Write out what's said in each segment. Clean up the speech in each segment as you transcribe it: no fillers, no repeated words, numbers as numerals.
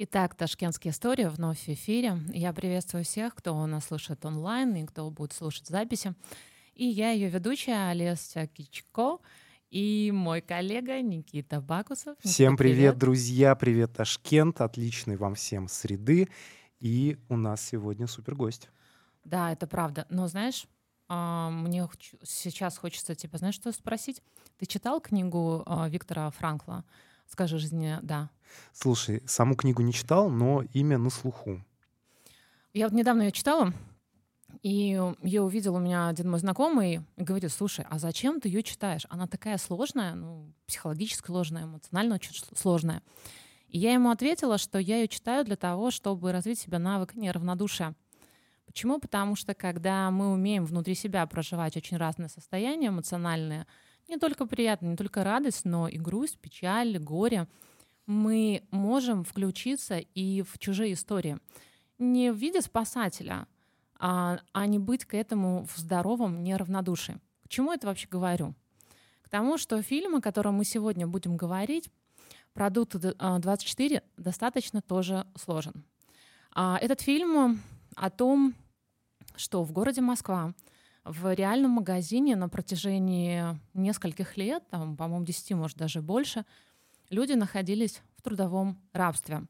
Итак, «Ташкентские истории» вновь в эфире. Я приветствую всех, кто нас слушает онлайн и кто будет слушать записи. И я ее ведущая Олеся Кичко и мой коллега Никита Бакусов. Никита, Всем привет, привет. друзья! Привет, Ташкент! Отличной вам всем среды. И у нас сегодня супер гость. Да, это правда. Но знаешь, мне сейчас хочется тебя, знаешь, что спросить? Ты читал книгу Виктора Франкла «Скажи жизни да»? Слушай, саму книгу не читал, но имя на слуху. Я вот недавно ее читала, и я увидел у меня один мой знакомый и говорит: слушай, а зачем ты ее читаешь? Она такая сложная, ну, психологически сложная, эмоционально очень сложная. И я ему ответила, что я ее читаю для того, чтобы развить в себе навык неравнодушия. Почему? Потому что когда мы умеем внутри себя проживать очень разные состояния эмоциональные, не только приятные, не только радость, но и грусть, печаль, горе, мы можем включиться и в чужие истории. Не в виде спасателя, а не быть к этому в здоровом неравнодушии. К чему это вообще говорю? К тому, что фильм, о котором мы сегодня будем говорить, «Продукт 24», достаточно тоже сложен. Этот фильм о том, что в городе Москва в реальном магазине на протяжении нескольких лет, там, по-моему, 10, может, даже больше, люди находились в трудовом рабстве.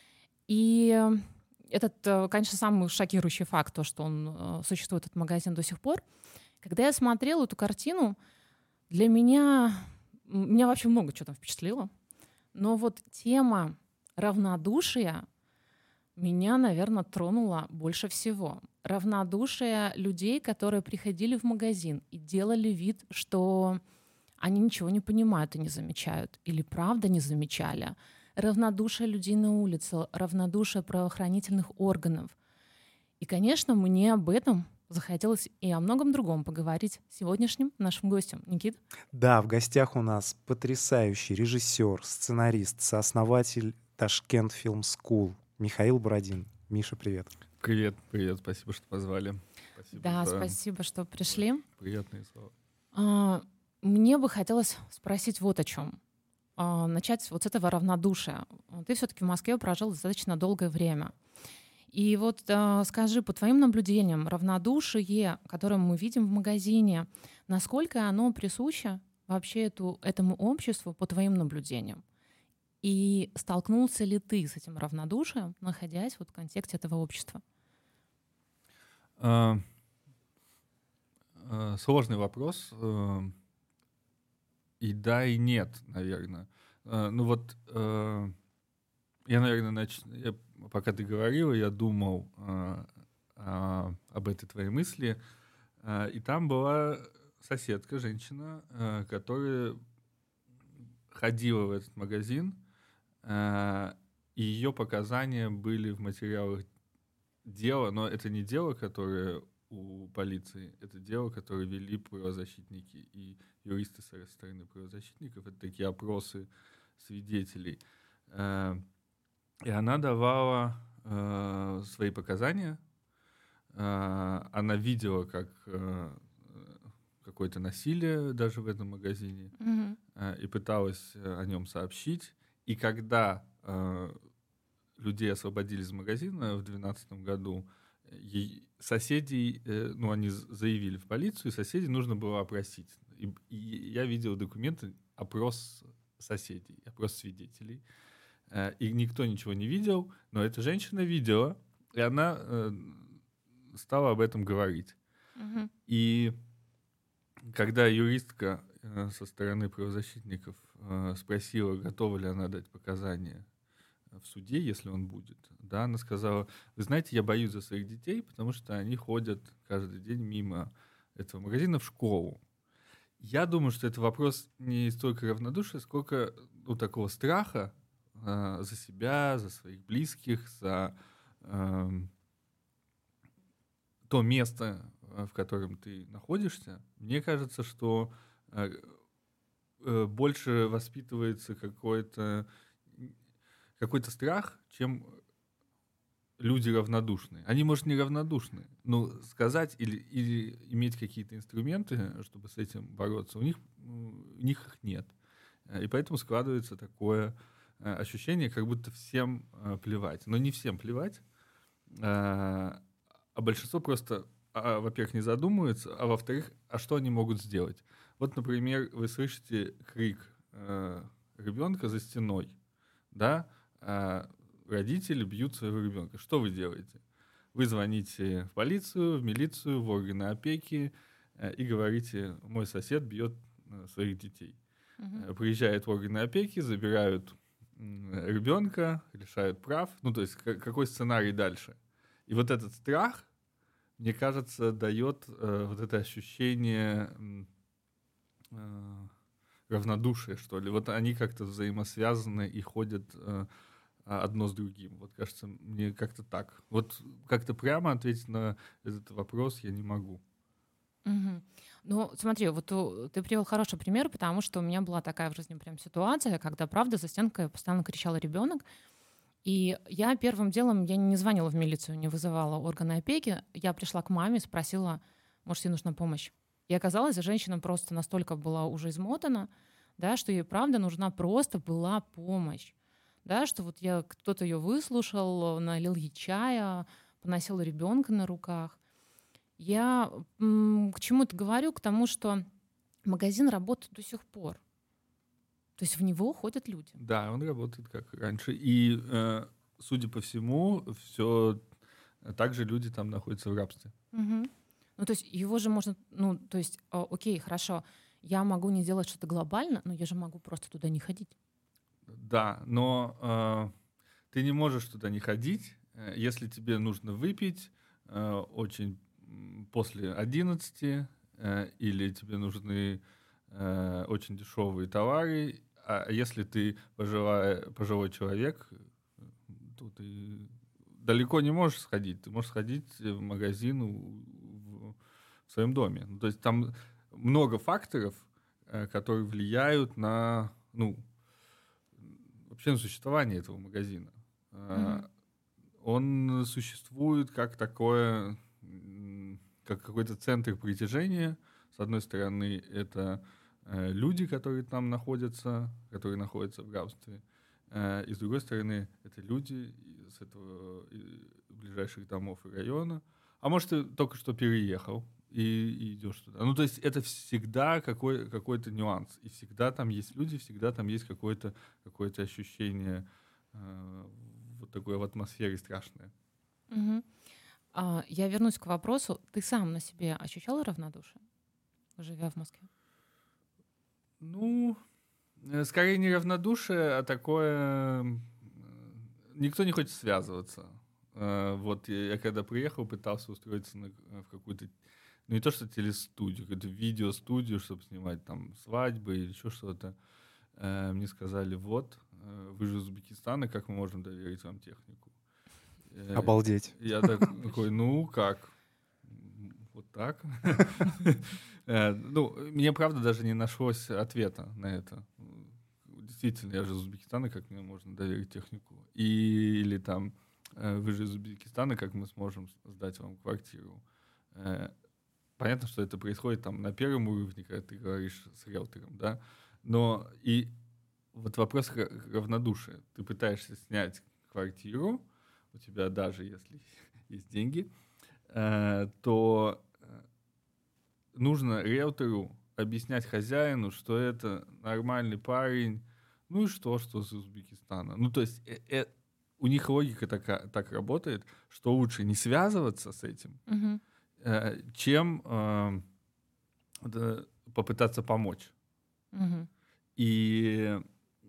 И этот, конечно, самый шокирующий факт, то, что он существует, этот магазин до сих пор. Когда я смотрела эту картину, для меня вообще много чего там впечатлило. Но вот тема равнодушия меня, наверное, тронула больше всего. Равнодушие людей, которые приходили в магазин и делали вид, что они ничего не понимают и не замечают. Или правда не замечали. Равнодушие людей на улице, равнодушие правоохранительных органов. И, конечно, мне об этом захотелось и о многом другом поговорить с сегодняшним нашим гостем. Никит? Да, в гостях у нас потрясающий режиссер, сценарист, сооснователь Ташкент Film School Михаил Бородин. Миша, привет. Привет, спасибо, что позвали. Спасибо Да, за спасибо, что пришли. приятные слова. Мне бы хотелось спросить вот о чем. Начать вот с этого равнодушия. Ты все-таки в Москве прожил достаточно долгое время. И вот скажи, по твоим наблюдениям, равнодушие, которое мы видим в магазине, насколько оно присуще вообще этому обществу, по твоим наблюдениям? И столкнулся ли ты с этим равнодушием, находясь вот в контексте этого общества? Сложный вопрос. И да, и нет, наверное. Ну вот, я, наверное, пока ты говорила, я думал об этой твоей мысли. И там была соседка, женщина, которая ходила в этот магазин, и ее показания были в материалах дела, но это не дело, которое у полиции, это дело, которое вели правозащитники и юристы со стороны правозащитников. Это такие опросы свидетелей. И она давала свои показания. Она видела, как какое-то насилие даже в этом магазине, и пыталась о нем сообщить. И когда людей освободили из магазина в 2012 году, соседей, они заявили в полицию, и соседей нужно было опросить. И я видел документы, опрос соседей, опрос свидетелей. И никто ничего не видел, но эта женщина видела, и она стала об этом говорить. И когда юристка со стороны правозащитников спросила, готова ли она дать показания в суде, если он будет, да, она сказала: вы знаете, я боюсь за своих детей, потому что они ходят каждый день мимо этого магазина в школу. Я думаю, что это вопрос не столько равнодушия, сколько такого страха за себя, за своих близких, за то место, в котором ты находишься. Мне кажется, что больше воспитывается какой-то страх, чем люди равнодушные. Они, может, не равнодушны, но сказать или иметь какие-то инструменты, чтобы с этим бороться, у них их нет. И поэтому складывается такое ощущение, как будто всем плевать. Но не всем плевать, а большинство просто, во-первых, не задумывается, а во-вторых, а что они могут сделать? Вот, например, вы слышите крик ребенка за стеной, да, родители бьют своего ребенка. Что вы делаете? Вы звоните в полицию, в милицию, в органы опеки и говорите: мой сосед бьет своих детей. Приезжают в органы опеки, забирают ребенка, лишают прав. Ну, то есть какой сценарий дальше? И вот этот страх, мне кажется, дает вот это ощущение равнодушия, что ли. Вот они как-то взаимосвязаны и ходят одно с другим. Вот кажется, мне как-то так. Вот как-то прямо ответить на этот вопрос я не могу. Ну, смотри, вот ты привел хороший пример, потому что у меня была такая в жизни прям ситуация, когда, правда, за стенкой постоянно кричал ребенок. И я первым делом, я не звонила в милицию, не вызывала органы опеки. Я пришла к маме, спросила, может, ей нужна помощь. И оказалось, женщина просто настолько была уже измотана, да, что ей, правда, нужна просто была помощь. Да, что вот кто-то ее выслушал, налил ей чая, поносил ребенка на руках. Я к чему это говорю? К тому, что магазин работает до сих пор. То есть в него ходят люди. Да, он работает как раньше. И, судя по всему, все так же люди там находятся в рабстве. Ну, то есть его же можно... Ну, то есть, окей, хорошо, я могу не делать что-то глобально, но я же могу просто туда не ходить. Да, но ты не можешь туда не ходить, если тебе нужно выпить очень после 11, или тебе нужны очень дешевые товары, а если ты пожилой человек, то ты далеко не можешь сходить. Ты можешь сходить в магазин в своем доме. То есть там много факторов, которые влияют на, вообще на существование этого магазина. Он существует как такое, как какой-то центр притяжения. С одной стороны, это люди, которые там находятся, которые находятся в рабстве. И с другой стороны, это люди с этого ближайших домов и района. А может, ты только что переехал и идешь туда. Ну, то есть это всегда какой-то нюанс. И всегда там есть люди, всегда там есть какое-то ощущение вот такое в атмосфере страшное. Я вернусь к вопросу. Ты сам на себе ощущал равнодушие, живя в Москве? Ну, скорее не равнодушие, а такое... Никто не хочет связываться. Вот я когда приехал, пытался устроиться в какую-то... Ну, не то что телестудию, какую-то видеостудию, чтобы снимать там свадьбы или еще что-то. Мне сказали, вот, вы же из Узбекистана, как мы можем доверить вам технику? Обалдеть. Я такой, ну, как? Вот так? Ну, мне, правда, даже не нашлось ответа на это. Действительно, я же из Узбекистана, как мне можно доверить технику? Или там, вы же из Узбекистана, как мы сможем сдать вам квартиру? Понятно, что это происходит там на первом уровне, когда ты говоришь с риэлтором, да? Но и вот вопрос равнодушия. Ты пытаешься снять квартиру, у тебя даже если есть деньги, то нужно риэлтору объяснять хозяину, что это нормальный парень, ну и что из Узбекистана. Ну, то есть у них логика так работает, что лучше не связываться с этим, чем попытаться помочь. И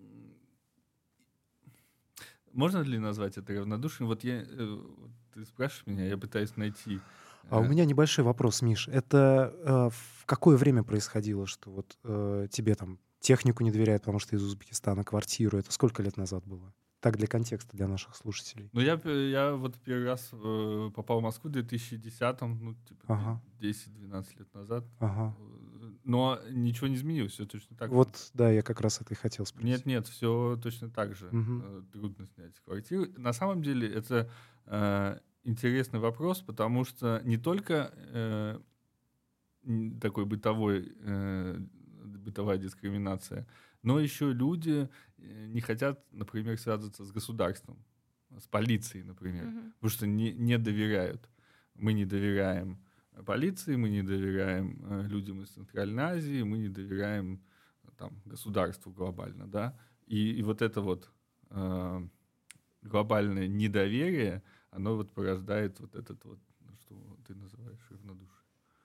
можно ли назвать это равнодушием? Вот ты спрашиваешь меня, я пытаюсь найти. А у меня небольшой вопрос, Миш. Это в какое время происходило, что вот тебе там технику не доверяют, потому что из Узбекистана, квартиру? Это сколько лет назад было? Так, для контекста, для наших слушателей. Ну, я вот первый раз попал в Москву в 2010-м, ну, типа 10-12 лет назад. Но ничего не изменилось, все точно так же. Вот, да, я как раз это и хотел спросить. Нет, все точно так же. Трудно снять квартиру. На самом деле это интересный вопрос, потому что не только такой бытовая дискриминация Но еще люди не хотят, например, связываться с государством, с полицией, например, потому что не доверяют. Мы не доверяем полиции, мы не доверяем людям из Центральной Азии, мы не доверяем там, государству глобально, да. И вот это вот глобальное недоверие, оно вот порождает вот этот вот, что ты называешь равнодушие.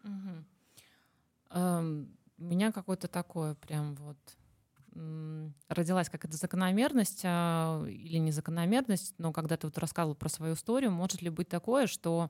У меня какое-то такое прям вот родилась какая-то закономерность или не закономерность, но когда ты вот рассказывал про свою историю, может ли быть такое, что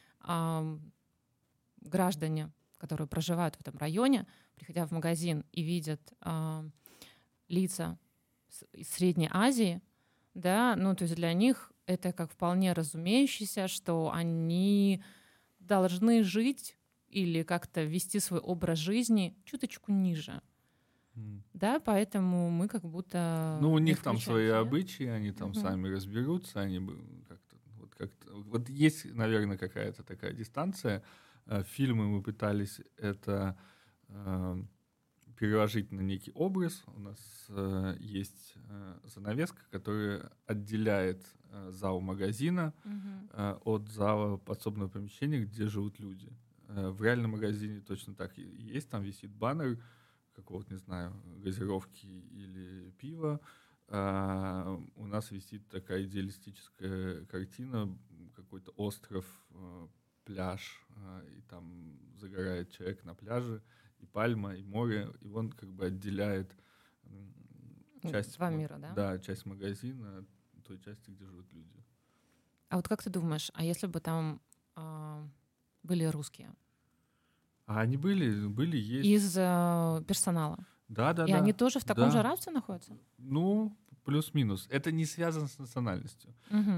граждане, которые проживают в этом районе, приходя в магазин и видят лица из Средней Азии, да, ну то есть для них это как вполне разумеющееся, что они должны жить или как-то вести свой образ жизни чуточку ниже. Да, поэтому мы как будто... Ну, у них там свои обычаи, они там сами разберутся, они как-то... Вот есть, наверное, какая-то такая дистанция. Фильмы мы пытались это переложить на некий образ. У нас есть занавеска, которая отделяет зал магазина от зала подсобного помещения, где живут люди. В реальном магазине точно так и есть. Там висит баннер какого-то, не знаю, газировки или пива. У нас висит такая идеалистическая картина, какой-то остров, пляж, и там загорает человек на пляже, и пальма, и море, и он как бы отделяет часть... Два мира, да? Да, часть магазина от той части, где живут люди. А вот как ты думаешь, а если бы там были русские? А они были, есть. Из персонала? Да. И они тоже в таком же рабстве находятся? Ну, плюс-минус. Это не связано с национальностью.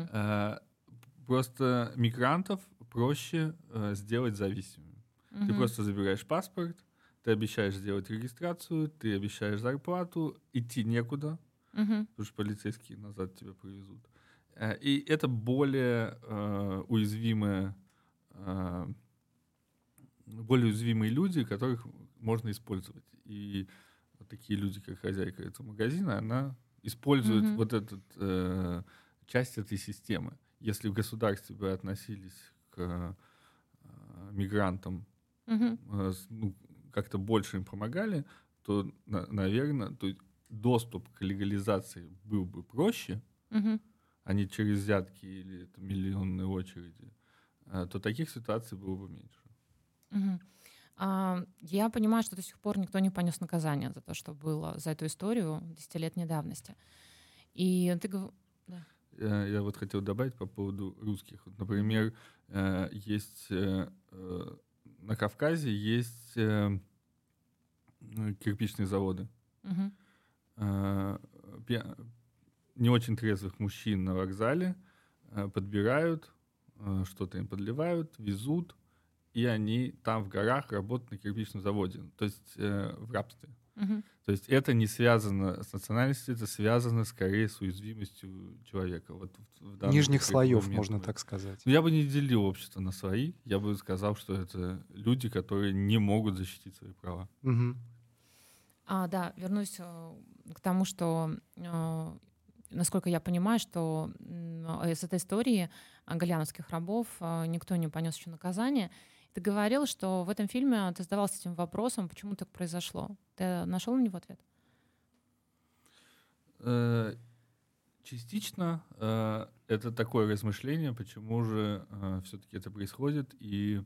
Просто мигрантов проще сделать зависимыми. Ты просто забираешь паспорт, ты обещаешь сделать регистрацию, ты обещаешь зарплату, идти некуда, потому что полицейские назад тебя привезут. И это более уязвимые люди, которых можно использовать. И вот такие люди, как хозяйка этого магазина, она использует вот эту часть этой системы. Если в государстве бы относились к мигрантам, как-то больше им помогали, то, наверное, доступ к легализации был бы проще, а не через взятки или миллионные очереди, то таких ситуаций было бы меньше. Я понимаю, что до сих пор никто не понес наказание за то, что было, за эту историю 10-летней давности. И ты говоришь... Да. Я вот хотел добавить по поводу русских. Вот, например, есть на Кавказе есть кирпичные заводы. Не очень трезвых мужчин на вокзале подбирают, что-то им подливают, везут, и они там в горах работают на кирпичном заводе, то есть в рабстве. То есть это не связано с национальностью, это связано скорее с уязвимостью человека. Вот нижних слоев, можно так сказать. Но я бы не делил общество на слои, я бы сказал, что это люди, которые не могут защитить свои права. Да, вернусь к тому, что, насколько я понимаю, что с этой истории галиановских рабов никто не понес еще наказание. Ты говорил, что в этом фильме ты задавался этим вопросом, почему так произошло. Ты нашел на него ответ? Частично это такое размышление, почему же все-таки это происходит. И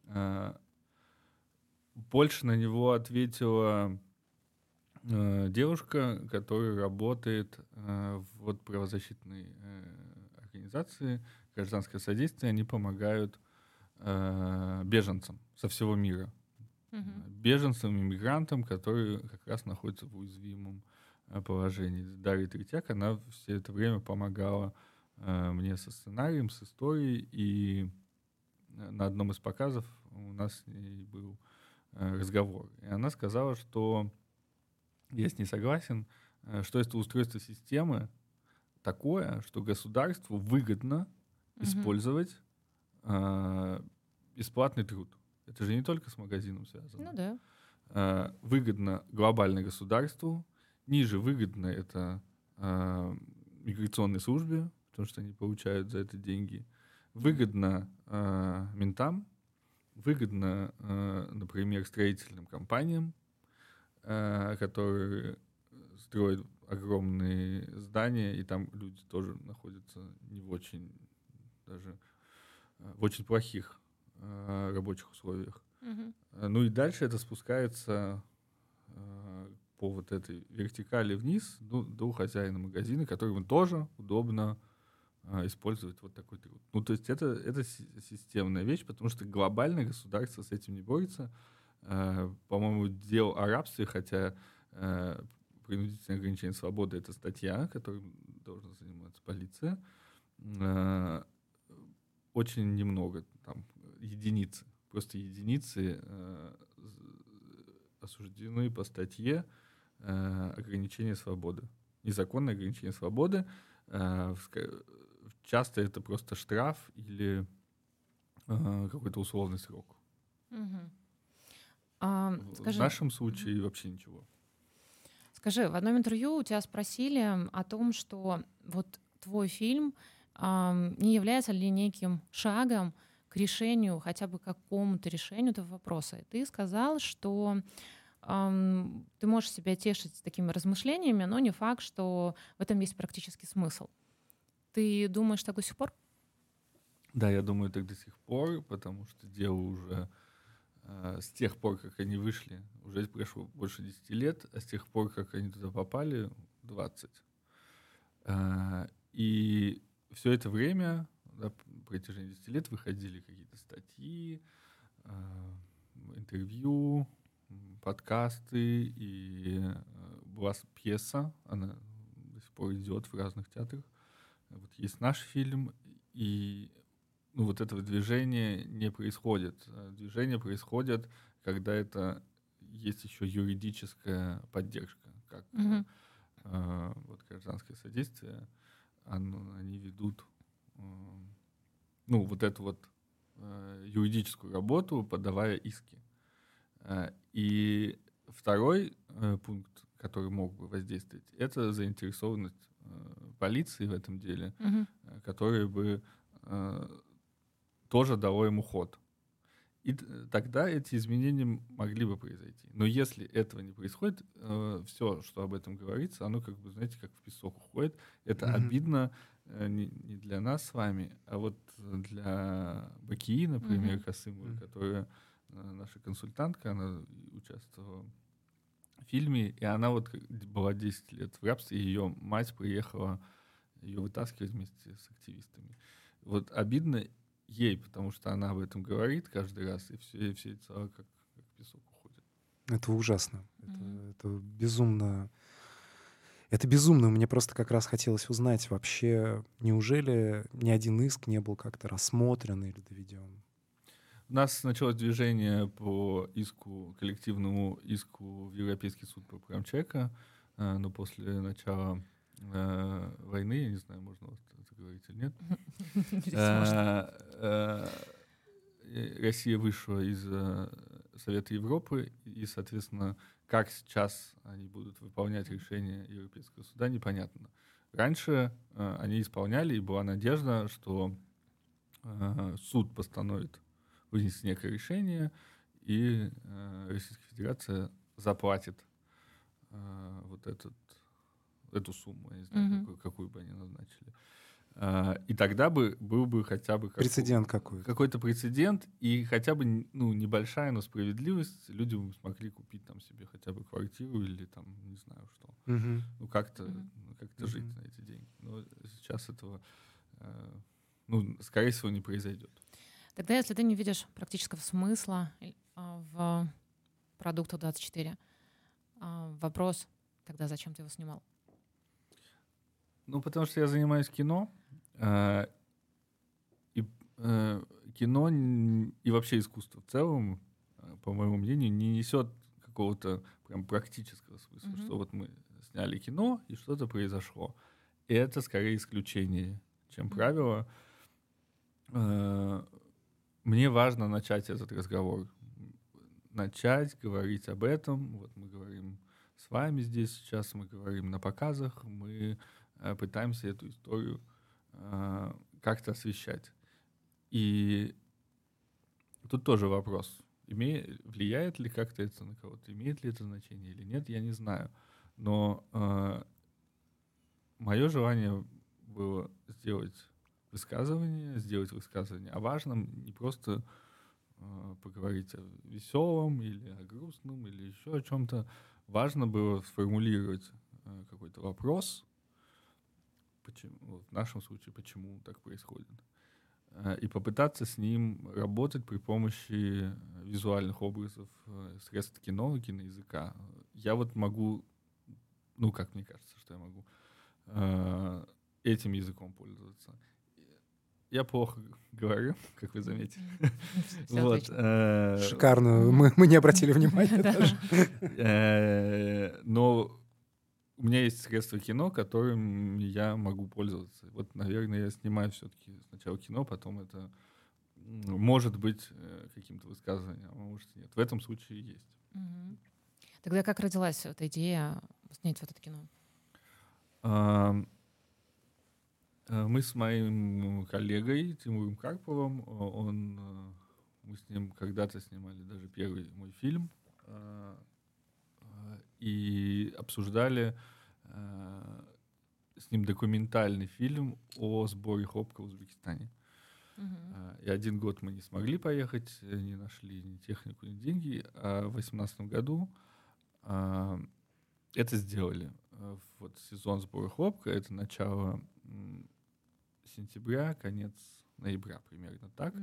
больше на него ответила девушка, которая работает в правозащитной организации «Гражданское содействие». Они помогают беженцам со всего мира. Беженцам, иммигрантам, которые как раз находятся в уязвимом положении. Дарья Третьяк, она все это время помогала мне со сценарием, с историей, и на одном из показов у нас с ней был разговор. И она сказала, что я с ней согласен, что это устройство системы такое, что государству выгодно использовать бесплатный труд. Это же не только с магазином связано. Ну да. Выгодно глобально государству ниже выгодно это миграционной службе, потому что они получают за это деньги. Выгодно ментам, выгодно, например, строительным компаниям, которые строят огромные здания, и там люди тоже находятся не в очень, даже в очень плохих рабочих условиях. Ну и дальше это спускается по вот этой вертикали вниз до хозяина магазина, которому тоже удобно использовать вот такой труд. Ну, то есть это системная вещь, потому что глобальное государство с этим не борется. По-моему, дело о рабстве, хотя принудительное ограничение свободы — это статья, которой должна заниматься полиция, очень немного, там, единицы, просто единицы осуждены по статье ограничение свободы. Незаконное ограничение свободы. Часто это просто штраф или какой-то условный срок. В нашем случае вообще ничего. Скажи, в одном интервью у тебя спросили о том, что вот твой фильм не является ли неким шагом к решению, хотя бы какому-то решению этого вопроса. И ты сказал, что ты можешь себя тешить такими размышлениями, но не факт, что в этом есть практический смысл. Ты думаешь так до сих пор? Да, я думаю так до сих пор, потому что дело уже с тех пор, как они вышли, уже прошло больше 10 лет, а с тех пор, как они туда попали, 20. И все это время, на протяжении 10 лет, выходили какие-то статьи, интервью, подкасты, и была пьеса, она до сих пор идет в разных театрах. Вот есть наш фильм, и вот этого движения не происходит. Движение происходит, когда это есть еще юридическая поддержка, как вот гражданское содействие, они ведут вот эту вот юридическую работу, подавая иски. И второй пункт, который мог бы воздействовать, это заинтересованность полиции в этом деле, которая бы тоже дало ему ход. И тогда эти изменения могли бы произойти. Но если этого не происходит, все, что об этом говорится, оно как бы, знаете, как в песок уходит. Это обидно не для нас с вами, а вот для Бакии, например, Касымовой, которая наша консультантка, она участвовала в фильме, и она вот была 10 лет в рабстве, и ее мать приехала ее вытаскивать вместе с активистами. Вот обидно ей, потому что она об этом говорит каждый раз, и все эти слова как песок уходят. Это ужасно. Это безумно. Это безумно. Мне просто как раз хотелось узнать вообще, неужели ни один иск не был как-то рассмотрен или доведен? У нас началось движение по коллективному иску в Европейский суд по правам человека, но после начала войны, я не знаю, можно это говорить или нет, Россия вышла из Совета Европы, и, соответственно, как сейчас они будут выполнять решения Европейского суда, непонятно. Раньше они исполняли, и была надежда, что суд постановит вынести некое решение, и Российская Федерация заплатит вот эту сумму, я не знаю, какую бы они назначили. И тогда был бы хотя бы прецедент какой-то прецедент, и хотя бы небольшая, но справедливость, люди бы смогли купить там себе хотя бы квартиру или там не знаю что. Как-то жить на эти деньги. Но сейчас этого, скорее всего, не произойдет. Тогда, если ты не видишь практического смысла в продукту 24, вопрос, тогда зачем ты его снимал? Потому что я занимаюсь кино, и кино и вообще искусство в целом, по моему мнению, не несет какого-то прям практического смысла, что вот мы сняли кино, и что-то произошло. И это скорее исключение, чем правило. Мне важно начать этот разговор. Начать говорить об этом. Вот мы говорим с вами здесь сейчас, мы говорим на показах, мы пытаемся эту историю как-то освещать. И тут тоже вопрос, влияет ли как-то это на кого-то, имеет ли это значение или нет, я не знаю. Но мое желание было сделать высказывание о важном, не просто поговорить о веселом или о грустном или еще о чем-то. Важно было сформулировать какой-то вопрос, в нашем случае, почему так происходит, и попытаться с ним работать при помощи визуальных образов, средств кино, киноязыка. Я вот могу, как мне кажется, что я могу этим языком пользоваться. Я плохо говорю, как вы заметили. Вот. Шикарно. Мы не обратили внимания даже. Но у меня есть средства кино, которыми я могу пользоваться. Вот, наверное, я снимаю все-таки сначала кино, потом это может быть каким-то высказыванием, а может и нет. В этом случае есть. Тогда как родилась эта идея снять вот это кино? Мы с моим коллегой Тимуром Карповым, мы с ним когда-то снимали даже первый мой фильм и обсуждали с ним документальный фильм о сборе хлопка в Узбекистане. И 1 год мы не смогли поехать, не нашли ни технику, ни деньги, а в 2018 году это сделали. Вот сезон сбора хлопка — это начало сентября, конец ноября, примерно так.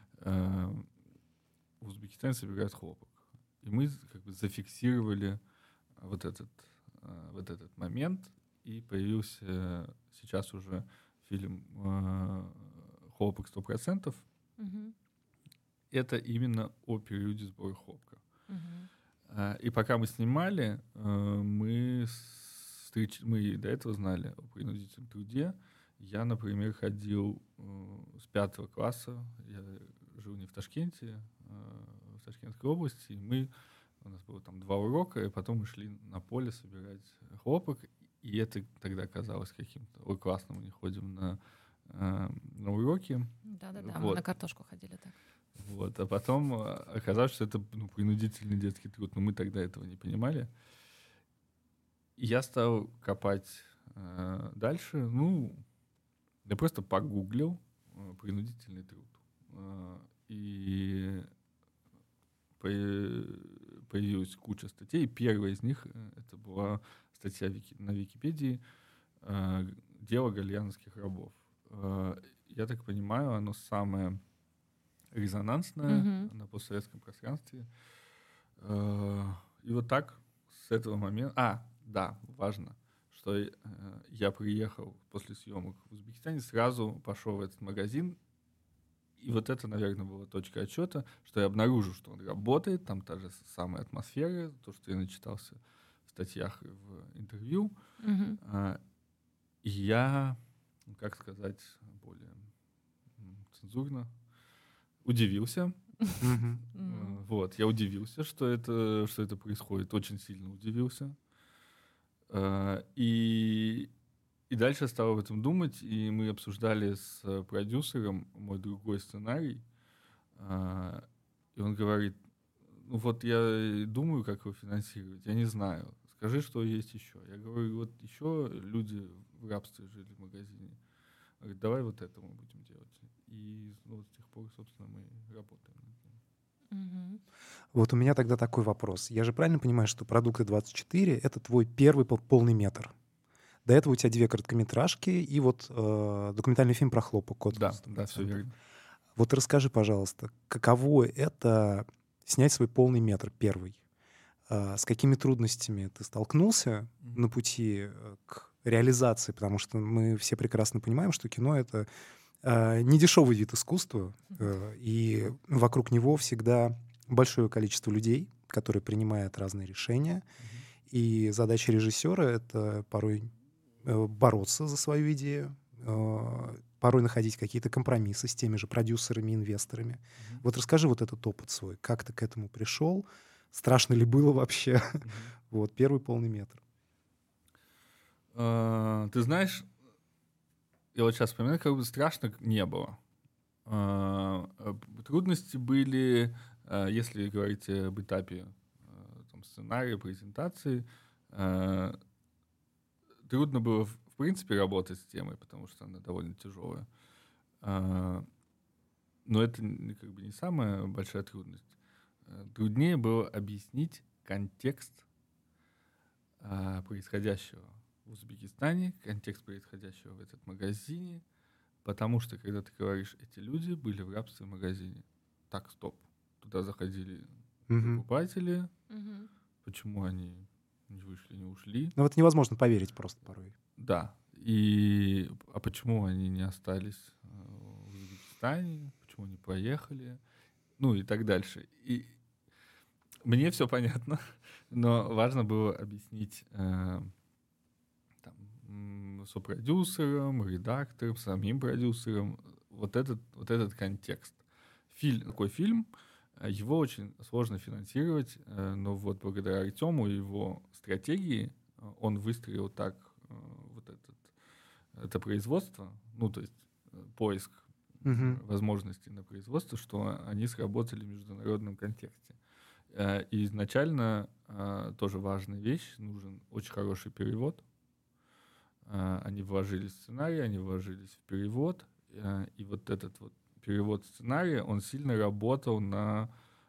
В Узбекистане собирают хлопок. И мы как бы зафиксировали вот этот момент, и появился сейчас уже фильм «Хлопок 100%». Это именно о периоде сбора хлопка. И пока мы снимали, мы до этого знали о принудительном труде. Я, например, ходил с 5 класса, я жил не в Ташкенте, в Ташкентской области, и у нас было там 2 урока, и потом мы шли на поле собирать хлопок, и это тогда казалось каким-то, ой, классно, мы не ходим на уроки. Да-да-да, вот. Мы на картошку ходили так. Вот, а потом оказалось, что это принудительный детский труд, но мы тогда этого не понимали. И я стал копать дальше, я просто погуглил принудительный труд. И появилась куча статей. Первая из них — это была статья на Википедии «Дело гальяновских рабов». Я так понимаю, оно самое резонансное на постсоветском пространстве. И вот так с этого момента... Да, важно, что я приехал после съемок в Узбекистане, сразу пошел в этот магазин, и вот это, наверное, была точка отсчета, что я обнаружил, что он работает, там та же самая атмосфера, то, что я начитался в статьях и в интервью. И я, как сказать более цензурно, удивился. Вот, я удивился, что это происходит, очень сильно удивился. И дальше стал об этом думать, и мы обсуждали с продюсером мой другой сценарий, и он говорит: вот я думаю, как его финансировать, я не знаю, скажи, что есть еще. Я говорю: вот еще люди в рабстве жили в магазине. Он говорит: давай вот это мы будем делать. И с тех пор, собственно, мы работаем над ним. Вот у меня тогда такой вопрос. Я же правильно понимаю, что «Продукты 24» — это твой первый полный метр? До этого у тебя 2 короткометражки и вот документальный фильм про хлопок. Да, все верно. Вот расскажи, пожалуйста, каково это снять свой полный метр первый? С какими трудностями ты столкнулся на пути к реализации? Потому что мы все прекрасно понимаем, что кино — это не дешевый вид искусства, и вокруг него всегда большое количество людей, которые принимают разные решения. И задача режиссера — это порой бороться за свою идею, порой находить какие-то компромиссы с теми же продюсерами, инвесторами. Вот расскажи вот этот опыт свой, как ты к этому пришел, Страшно ли было вообще? Вот, первый полный метр. Ты знаешь, я вот сейчас вспоминаю, как бы страшно не было. Трудности были, если говорить об этапе там, сценария, презентации, трудно было, в принципе, работать с темой, потому что она довольно тяжелая. Но это как бы не самая большая трудность. Труднее было объяснить контекст происходящего в Узбекистане, контекст происходящего в этом магазине, потому что, когда ты говоришь, эти люди были в рабстве в магазине. Так, стоп. Туда заходили покупатели. Почему они не вышли, не ушли? Ну вот невозможно поверить просто порой. Да. А почему они не остались в Узбекистане? Почему они поехали? Ну и так дальше. И мне все понятно, но важно было объяснить сопродюсерам, редакторам, самим продюсерам вот этот контекст. Такой фильм, его очень сложно финансировать, но вот благодаря Артему и его стратегии он выстроил так это производство, ну то есть поиск возможностей на производство, что они сработали в международном контексте. И изначально тоже важная вещь, нужен очень хороший перевод. Они вложились в сценарий, они вложились в перевод, и вот этот вот перевод сценария, он сильно работал на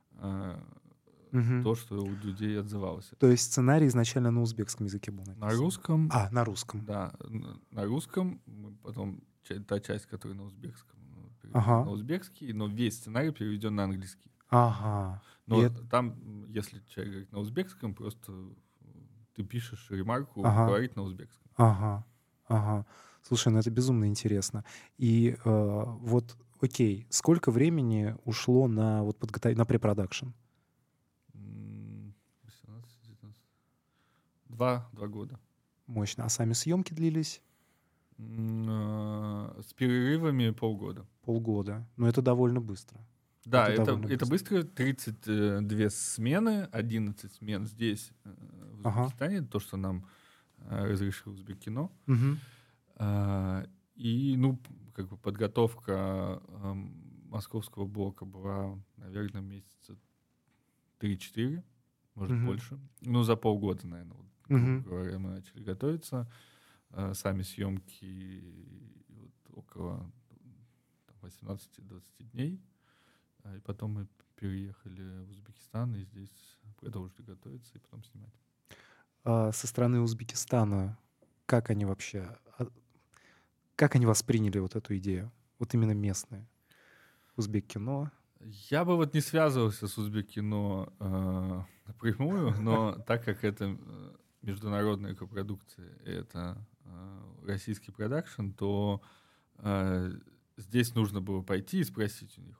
то, что у людей отзывалось. То есть сценарий изначально на узбекском языке был написан? На русском. На русском. Да, на русском, потом та часть, которая на узбекском, на узбекский, но весь сценарий переведен на английский. Но там, если человек говорит на узбекском, просто ты пишешь ремарку, говорит на узбекском. Слушай, ну это безумно интересно. И вот, окей, сколько времени ушло на препродакшн? 2 года. Мощно. А сами съемки длились? С перерывами полгода. Полгода. Но это довольно быстро. Да, это быстро. 32 смены, 11 смен здесь, в Узбекистане. То, что нам разрешил Узбеккино. И, как бы подготовка московского блока была, наверное, месяца 3-4, может, больше. За полгода, наверное, грубо говоря, мы начали готовиться. Сами съемки около 18-20 дней. И потом мы переехали в Узбекистан, и здесь продолжили готовиться, и потом снимать. Со стороны Узбекистана, как они восприняли вот эту идею? Вот именно местные. Узбеккино. Я бы не связывался с Узбеккино напрямую, но так как это международная копродукция, это российский продакшн, то здесь нужно было пойти и спросить у них.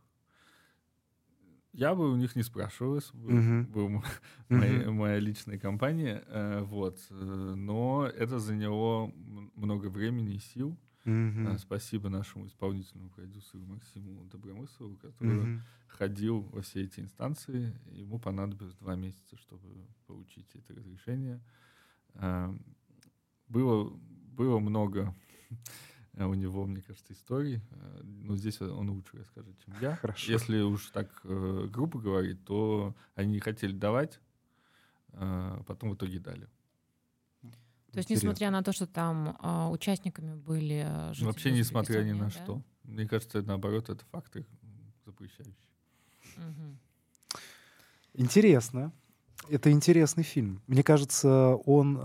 Я бы у них не спрашивал, была моя личная компания, но это заняло много времени и сил. Спасибо нашему исполнительному продюсеру Максиму Добромыслову, который ходил во все эти инстанции. Ему понадобилось 2 месяца, чтобы получить это разрешение. Было много у него, мне кажется, историй. Но здесь он лучше расскажет, чем я. Хорошо. Если уж так грубо говорить, то они не хотели давать, потом в итоге дали. То есть, несмотря на то, что там участниками были жители вообще несмотря ни на что. Мне кажется, наоборот, это фактор запрещающий. Интересно. Это интересный фильм. Мне кажется,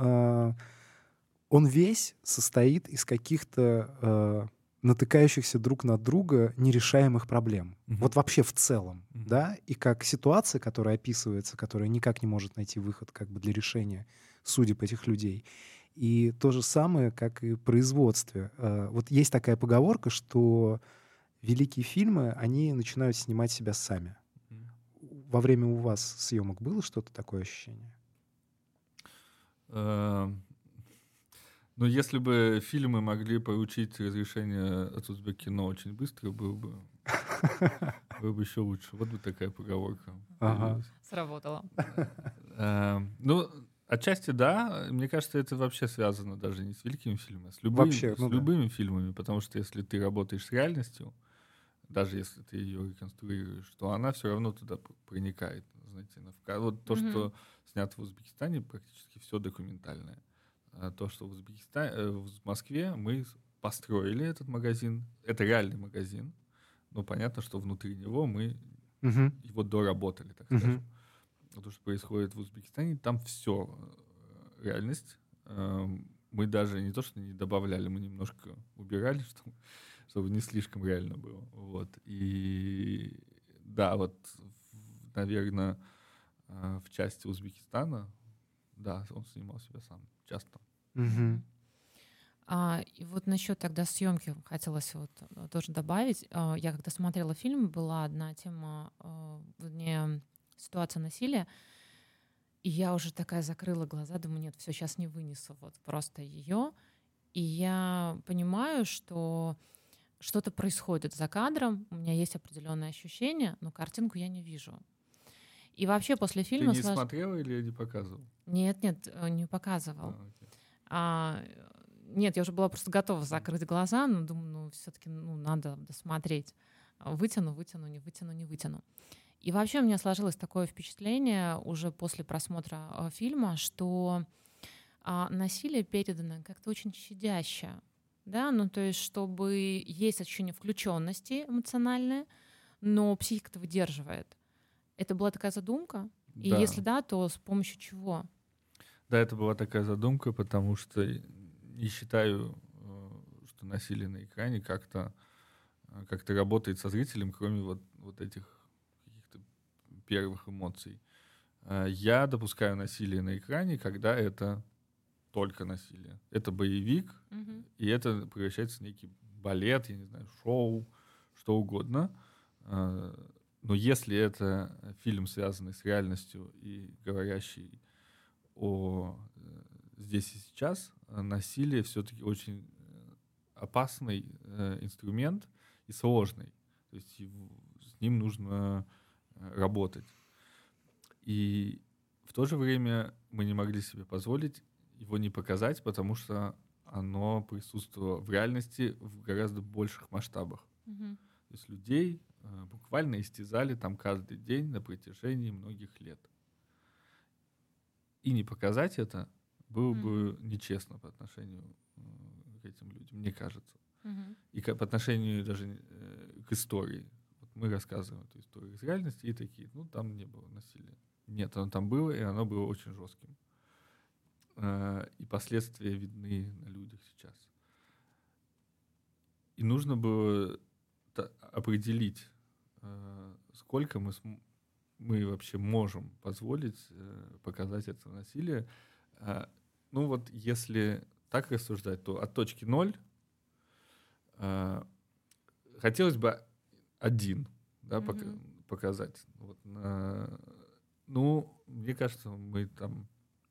он весь состоит из каких-то натыкающихся друг на друга нерешаемых проблем. Вот вообще в целом, да? И как ситуация, которая описывается, которая никак не может найти выход как бы для решения судеб этих людей. И то же самое, как и в производстве. Вот есть такая поговорка, что великие фильмы, они начинают снимать себя сами. Во время у вас съемок было что-то такое ощущение? Но если бы фильмы могли получить разрешение от Узбеккино очень быстро, было бы еще лучше. Вот бы такая поговорка появилась. Сработало. Ну, отчасти да. Мне кажется, это вообще связано даже не с великими фильмами, а с любыми фильмами. Потому что если ты работаешь с реальностью, даже если ты ее реконструируешь, то она все равно туда проникает. Знаете, вот то, что снято в Узбекистане, практически все документальное. То, что в Москве мы построили этот магазин, это реальный магазин, но понятно, что внутри него мы его доработали, так скажем. То, что происходит в Узбекистане, там все реальность. Мы даже не то, что не добавляли, мы немножко убирали, чтобы не слишком реально было. Вот. И да, вот, наверное, в части Узбекистана, да, он снимал себя сам часто. И вот насчет тогда съемки хотелось вот тоже добавить. Я когда смотрела фильм, была одна тема, ситуация насилия, и я уже такая закрыла глаза, думаю, нет, все, сейчас не вынесу вот просто ее. И я понимаю, что что-то происходит за кадром, у меня есть определенное ощущение, но картинку я не вижу. И вообще после фильма... Ты не смотрела или не показывал? Нет, не показывал. Нет, я уже была просто готова закрыть глаза, но думаю, все-таки надо досмотреть. Вытяну, не вытяну. И вообще у меня сложилось такое впечатление уже после просмотра фильма, что насилие передано как-то очень щадяще. Да? То есть чтобы есть ощущение включенности эмоциональное, но психика-то выдерживает. Это была такая задумка? Да. И если да, то с помощью чего? Да, это была такая задумка, потому что не считаю, что насилие на экране как-то работает со зрителем, кроме вот этих каких-то первых эмоций. Я допускаю насилие на экране, когда это только насилие. Это боевик, и это превращается в некий балет, я не знаю, шоу, что угодно. Но если это фильм, связанный с реальностью и говорящий о здесь и сейчас, насилие все-таки очень опасный инструмент и сложный. То есть с ним нужно работать. И в то же время мы не могли себе позволить его не показать, потому что оно присутствовало в реальности в гораздо больших масштабах. То есть людей буквально истязали там каждый день на протяжении многих лет. И не показать это было бы нечестно по отношению к этим людям, мне кажется. И по отношению даже к истории. Вот мы рассказываем эту историю из реальности и такие, там не было насилия. Нет, оно там было, и оно было очень жестким. И последствия видны на людях сейчас. И нужно было определить, сколько мы вообще можем позволить показать это насилие. Если так рассуждать, то от точки 0 хотелось бы 1, да, показать. Мне кажется, мы там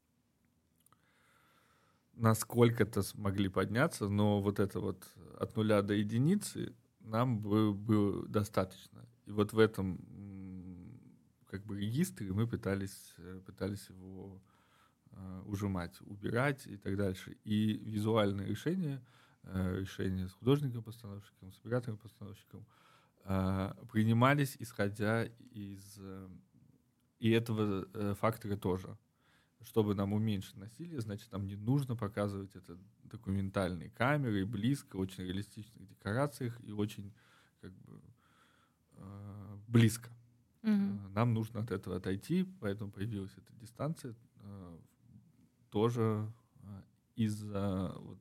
насколько-то смогли подняться, но вот это вот от 0 до единицы нам было достаточно. И вот в этом регистре мы пытались его ужимать, убирать и так дальше. И визуальные решения с художником-постановщиком, с оператором-постановщиком принимались, исходя из и этого фактора тоже. Чтобы нам уменьшить насилие, значит, нам не нужно показывать это документальной камерой, близко, очень реалистичных декорациях и очень близко. Нам нужно от этого отойти, поэтому появилась эта дистанция тоже из-за вот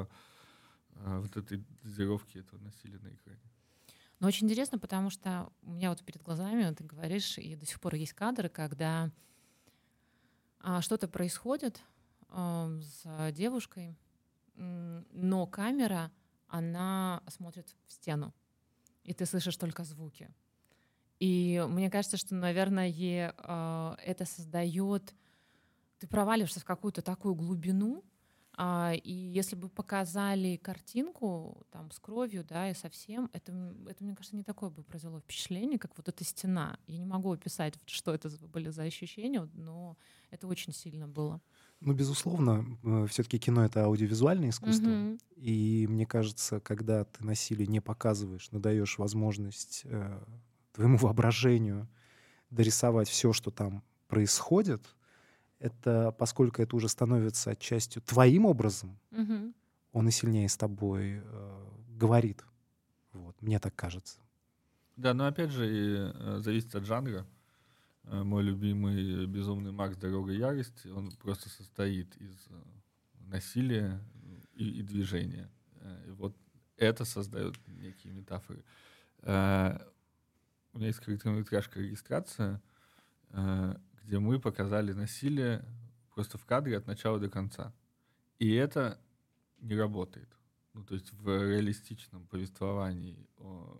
этой дозировки этого насилия на экране. Но очень интересно, потому что у меня вот перед глазами, ты говоришь, и до сих пор есть кадры, когда что-то происходит с девушкой, но камера, она смотрит в стену, и ты слышишь только звуки. И мне кажется, что, наверное, это создает... Ты проваливаешься в какую-то такую глубину, И если бы показали картинку там с кровью, да, и со всем, это, мне кажется, не такое бы произвело впечатление, как вот эта стена. Я не могу описать, что это были за ощущения, но это очень сильно было. Ну, безусловно, все-таки кино — это аудиовизуальное искусство. И мне кажется, когда ты насилие не показываешь, но даешь возможность твоему воображению дорисовать все, что там происходит, это, поскольку это уже становится частью твоим образом, он и сильнее с тобой говорит. Вот, мне так кажется. Да, но опять же, зависит от жанра. Мой любимый «Безумный Макс. Дорога ярости», он просто состоит из насилия и движения. И вот это создает некие метафоры. У меня есть короткометражка «Регистрация», где мы показали насилие просто в кадре от начала до конца. И это не работает. Ну, то есть в реалистичном повествовании,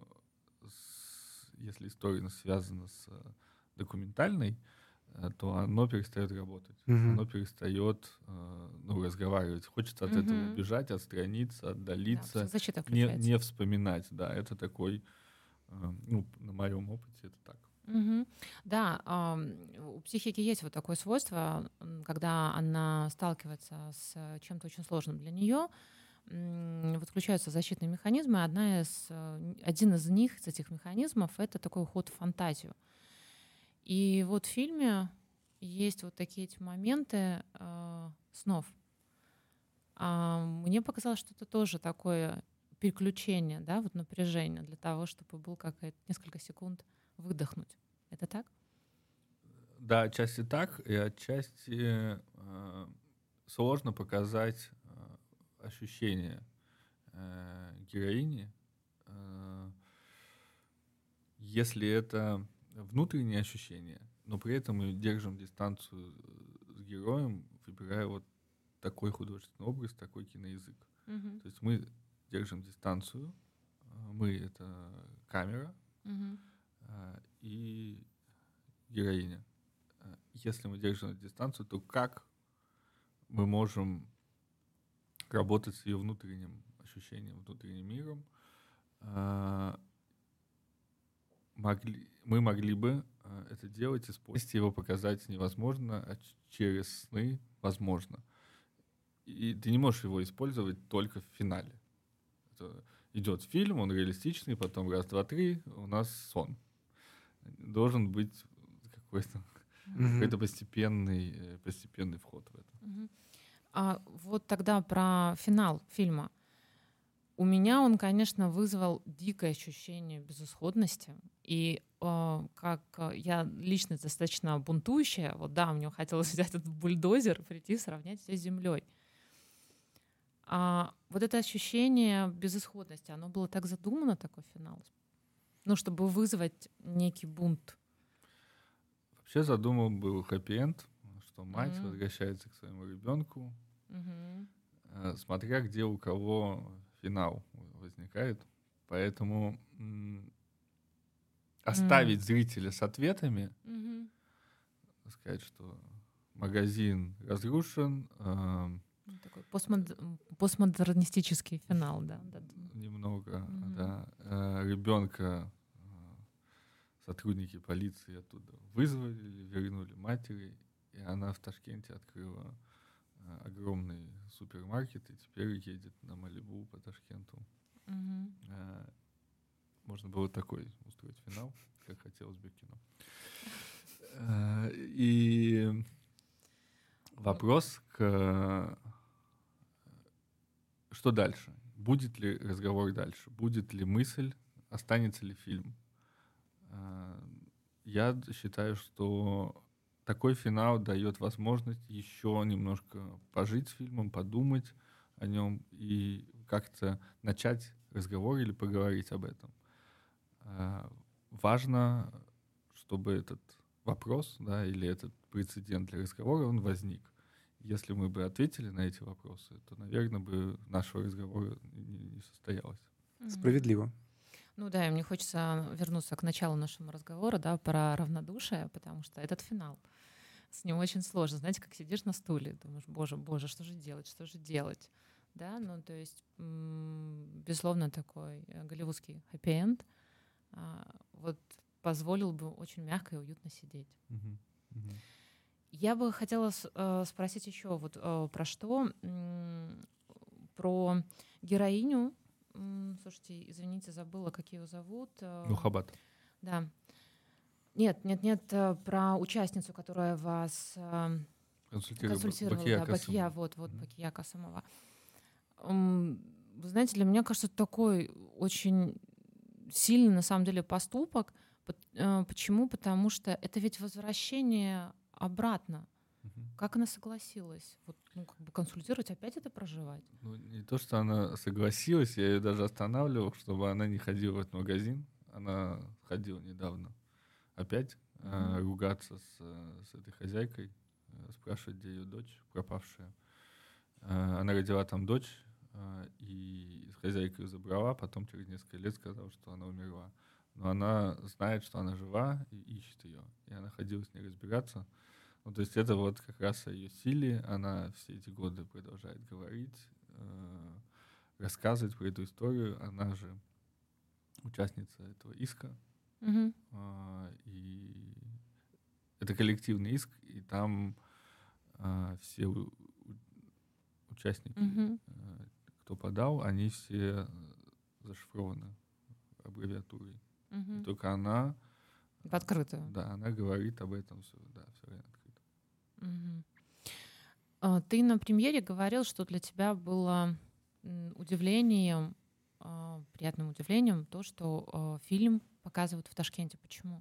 если история связана с документальной, то оно перестает работать. Оно перестает разговаривать. Хочется от этого убежать, отстраниться, отдалиться, да, не вспоминать. Да, это такой, на моем опыте это так. Да, у психики есть вот такое свойство, когда она сталкивается с чем-то очень сложным для нее, вот включаются защитные механизмы. Один из них, из этих механизмов, это такой уход в фантазию. И вот в фильме есть вот такие эти моменты снов. Мне показалось, что это тоже такое переключение, да, вот напряжение для того, чтобы был какая-то несколько секунд выдохнуть. Это так? Да, отчасти так, и отчасти сложно показать ощущения героини, если это внутренние ощущения, но при этом мы держим дистанцию с героем, выбирая вот такой художественный образ, такой киноязык. То есть мы держим дистанцию, мы — это камера и героиня. Если мы держим дистанцию, то как мы можем работать с ее внутренним ощущением, внутренним миром? Мы могли бы это делать, использовать его, показать невозможно, а через сны возможно. И ты не можешь его использовать только в финале. Идет фильм, он реалистичный, потом раз, два, три, у нас сон. Должен быть какой-то постепенный вход в это. А вот тогда про финал фильма. У меня он, конечно, вызвал дикое ощущение безысходности. И как я личность достаточно бунтующая, вот да, мне хотелось взять этот бульдозер, прийти и сравнять все с землей. Вот это ощущение безысходности, оно было так задумано, такой финал, ну, чтобы вызвать некий бунт. Вообще задуман был хэппи-энд, что мать возвращается к своему ребенку, смотря где у кого финал возникает. Поэтому оставить зрителя с ответами, сказать, что магазин разрушен. Такой постмодернистический финал, да. Немного, да. Ребенка сотрудники полиции оттуда вызвали, вернули матери, и она в Ташкенте открыла огромный супермаркет и теперь едет на Малибу по Ташкенту. Можно было такой устроить финал, как хотелось бы в кино. И вопрос что дальше? Будет ли разговор дальше? Будет ли мысль? Останется ли фильм? Я считаю, что такой финал дает возможность еще немножко пожить с фильмом, подумать о нем и как-то начать разговор или поговорить об этом. Важно, чтобы этот вопрос, да, или этот прецедент для разговора, он возник. Если мы бы ответили на эти вопросы, то, наверное, бы нашего разговора не состоялось. Справедливо. Ну да, и мне хочется вернуться к началу нашего разговора, да, про равнодушие, потому что этот финал. с ним очень сложно. Знаете, как сидишь на стуле, думаешь, боже, что же делать? Да, ну, то есть, безусловно, такой голливудский хэппи-энд вот позволил бы очень мягко и уютно сидеть. Я бы хотела спросить еще вот про что? Про героиню. Слушайте, извините, забыла, как ее зовут. Мухаббат. Да. Нет, про участницу, которая вас консультировала. Бакия, Бакия Касымова. Вы знаете, для меня кажется, такой очень сильный, на самом деле, поступок. Почему? Потому что это ведь возвращение обратно. Как она согласилась? Вот, как бы консультировать, опять это проживать? Ну, не то, что она согласилась, я ее даже останавливал, чтобы она не ходила в этот магазин. Она ходила недавно опять ругаться с этой хозяйкой, спрашивать, где ее дочь пропавшая. Она родила там дочь, и хозяйка ее забрала, потом через несколько лет сказала, что она умерла. Но она знает, что она жива, и ищет ее. И она ходила с ней разбираться. Ну, то есть это вот как раз о ее силе. Она все эти годы продолжает говорить, рассказывать про эту историю. Она же участница этого иска. И это коллективный иск, и там все участники, кто подал, они все зашифрованы аббревиатурой. И только она... В открытую. Да, она говорит об этом все время открыто. Ты на премьере говорил, что для тебя было удивлением, приятным удивлением то, что фильм показывают в Ташкенте. Почему?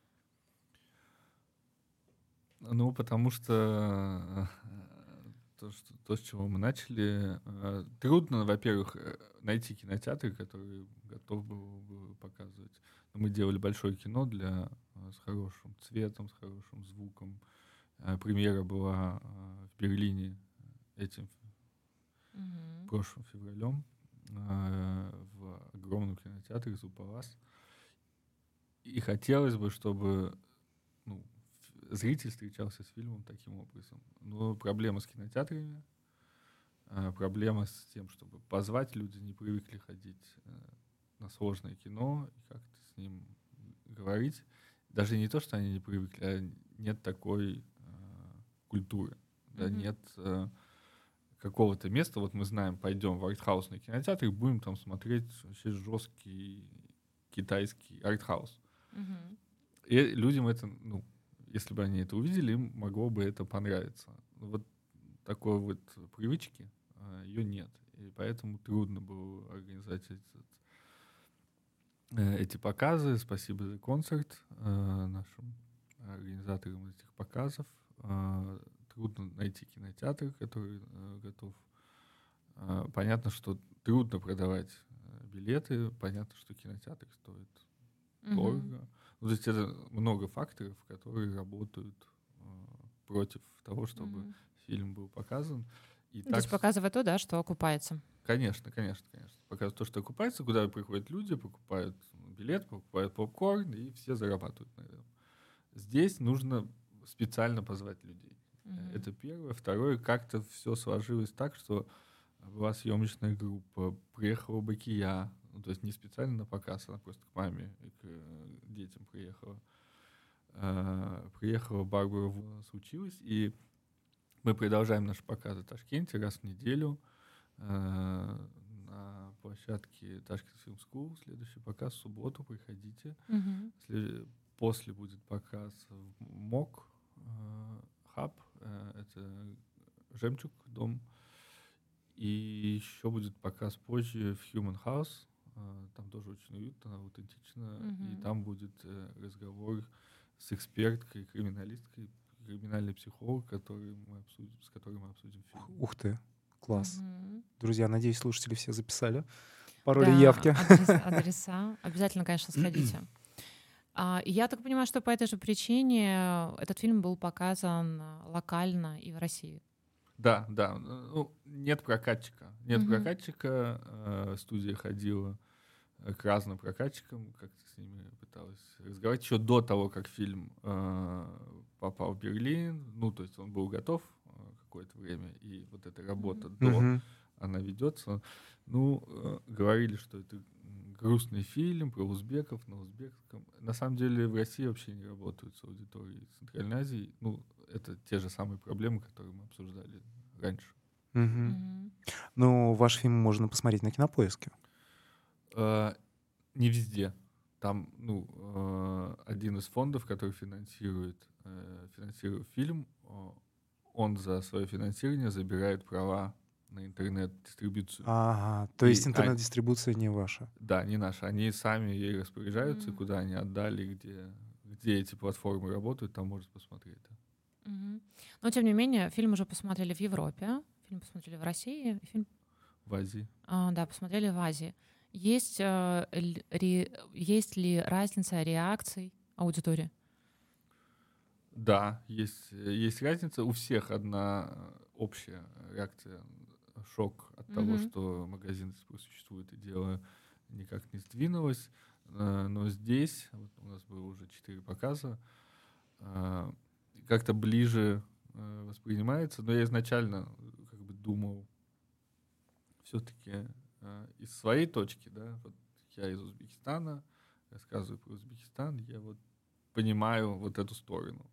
Ну, потому что то, с чего мы начали, трудно, во-первых, найти кинотеатр, который готов был бы показывать. Но мы делали большое кино с хорошим цветом, с хорошим звуком. Премьера была в Берлине этим прошлым февралем в огромном кинотеатре «Зупалас». И хотелось бы, чтобы зритель встречался с фильмом таким образом. Но проблема с кинотеатрами, проблема с тем, чтобы позвать, люди не привыкли ходить на сложное кино и как-то с ним говорить. Даже не то, что они не привыкли, а нет такой культуры. Да, нет какого-то места. Вот мы знаем, пойдем в артхаусный кинотеатр и будем там смотреть вообще жесткий китайский артхаус. И людям это, если бы они это увидели, им могло бы это понравиться. Вот такой вот привычки ее нет. И поэтому трудно было организовать эти показы. Спасибо за концерт нашим организаторам этих показов. Трудно найти кинотеатр, который готов. Понятно, что трудно продавать билеты. Понятно, что кинотеатр стоит дорого. То есть это много факторов, которые работают против того, чтобы фильм был показан. То есть показывает то, да, что окупается. Конечно. Показывает то, что окупается, куда приходят люди, покупают билет, покупают попкорн, и все зарабатывают на этом. Здесь нужно специально позвать людей. Это первое. Второе, как-то все сложилось так, что была съемочная группа, приехала Бакия, то есть не специально на показ, она просто к маме и к детям приехала. Приехала Барбара, случилось, и мы продолжаем наши показы в Ташкенте раз в неделю на площадке Tashkent Film School. Следующий показ в субботу, приходите. После будет показ в МОК, Хаб, это Жемчуг, дом. И еще будет показ позже в Human House. Там тоже очень уютно, аутентично. И там будет разговор с эксперткой, криминалисткой, криминальный психолог, с которой мы обсудим фильм. Ух ты, класс. Друзья, надеюсь, слушатели все записали пароли явки. Адреса. Обязательно, конечно, сходите. Я так понимаю, что по этой же причине этот фильм был показан локально и в России. Да. Нет прокатчика. Студия ходила к разным прокатчикам, как-то с ними пыталась разговаривать. Еще до того, как фильм попал в Берлин, ну, то есть он был готов какое-то время, и вот эта работа она ведется. Ну, говорили, что это грустный фильм про узбеков на узбекском. На самом деле в России вообще не работают с аудиторией Центральной Азии. Ну, это те же самые проблемы, которые мы обсуждали раньше. Ну, ваш фильм можно посмотреть на Кинопоиске. Не везде. Там, один из фондов, который финансирует фильм, он за свое финансирование забирает права на интернет-дистрибуцию. Ага, то есть интернет-дистрибуция не ваша? Да, не наша. Они сами ей распоряжаются, куда они отдали, где эти платформы работают, там можно посмотреть. Да. Но, тем не менее, фильм уже посмотрели в Европе, фильм посмотрели в России, фильм... В Азии. Да, посмотрели в Азии. Есть ли разница реакций аудитории? Да, есть разница. У всех одна общая реакция. Шок от того, что магазин существует и дело никак не сдвинулось. Но здесь, вот у нас было уже 4 показа, как-то ближе воспринимается. Но я изначально как бы думал все-таки из своей точки, да, вот я из Узбекистана, рассказываю про Узбекистан, я вот понимаю вот эту сторону.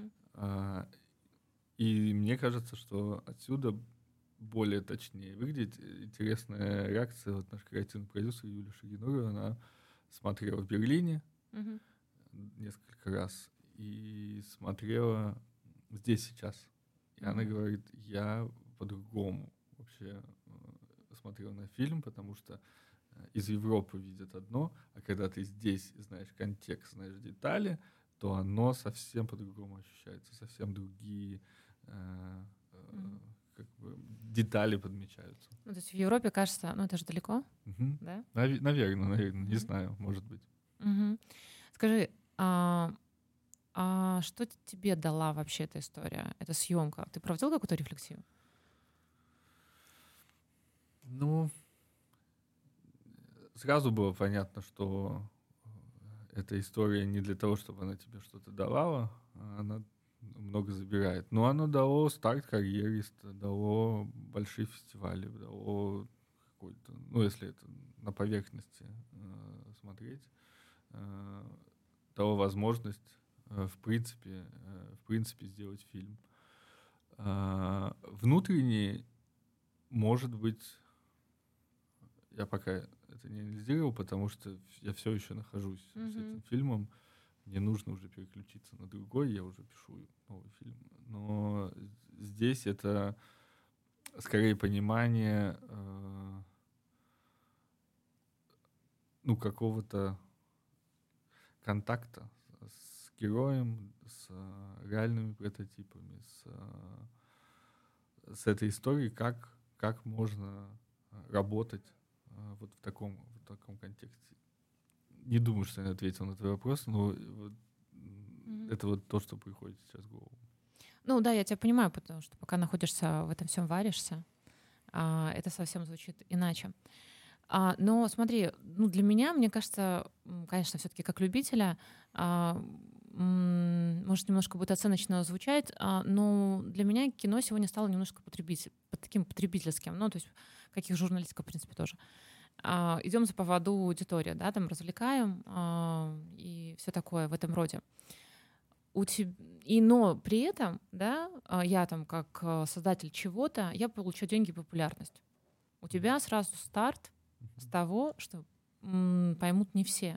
И мне кажется, что отсюда более точнее выглядит. Интересная реакция. Вот наш креативный продюсер Юлия Шагинурова, она смотрела в Берлине несколько раз и смотрела здесь сейчас. И она говорит, я по-другому вообще смотрел на фильм, потому что из Европы видят одно, а когда ты здесь знаешь контекст, знаешь детали, то оно совсем по-другому ощущается, совсем другие как бы детали подмечаются. Ну, то есть в Европе кажется, это же далеко, да? Наверное, не знаю, может быть. Скажи, а что тебе дала вообще эта история, эта съемка? Ты проводил какую-то рефлексию? Ну, сразу было понятно, что эта история не для того, чтобы она тебе что-то давала, а она много забирает. Но оно дало старт карьериста, дало большие фестивали, дало какой-то, если это на поверхности смотреть, дало возможность в принципе сделать фильм. Внутренне, может быть, я пока это не анализировал, потому что я все еще нахожусь с этим фильмом. Мне нужно уже переключиться на другой, я уже пишу новый фильм. Но здесь это скорее понимание какого-то контакта с героем, с реальными прототипами, с этой историей, как можно работать вот в таком контексте. Не думаю, что я ответил на твой вопрос, но это вот то, что приходит сейчас в голову. Ну да, я тебя понимаю, потому что пока находишься в этом всем, варишься, это совсем звучит иначе. Но смотри, для меня, мне кажется, конечно, все-таки как любителя, может, немножко будет оценочно звучать, но для меня кино сегодня стало немножко таким потребительским, то есть как и журналистика, в принципе, тоже. Идем за поводу аудитории, да, там развлекаем и все такое в этом роде. Но при этом, да, я там как создатель чего-то, я получу деньги и популярность. У тебя сразу старт с того, что поймут не все.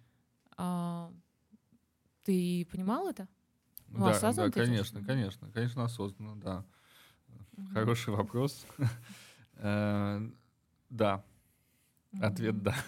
Ты понимал это? Да, конечно, осознанно, да. Хороший вопрос. Да. Ответ да.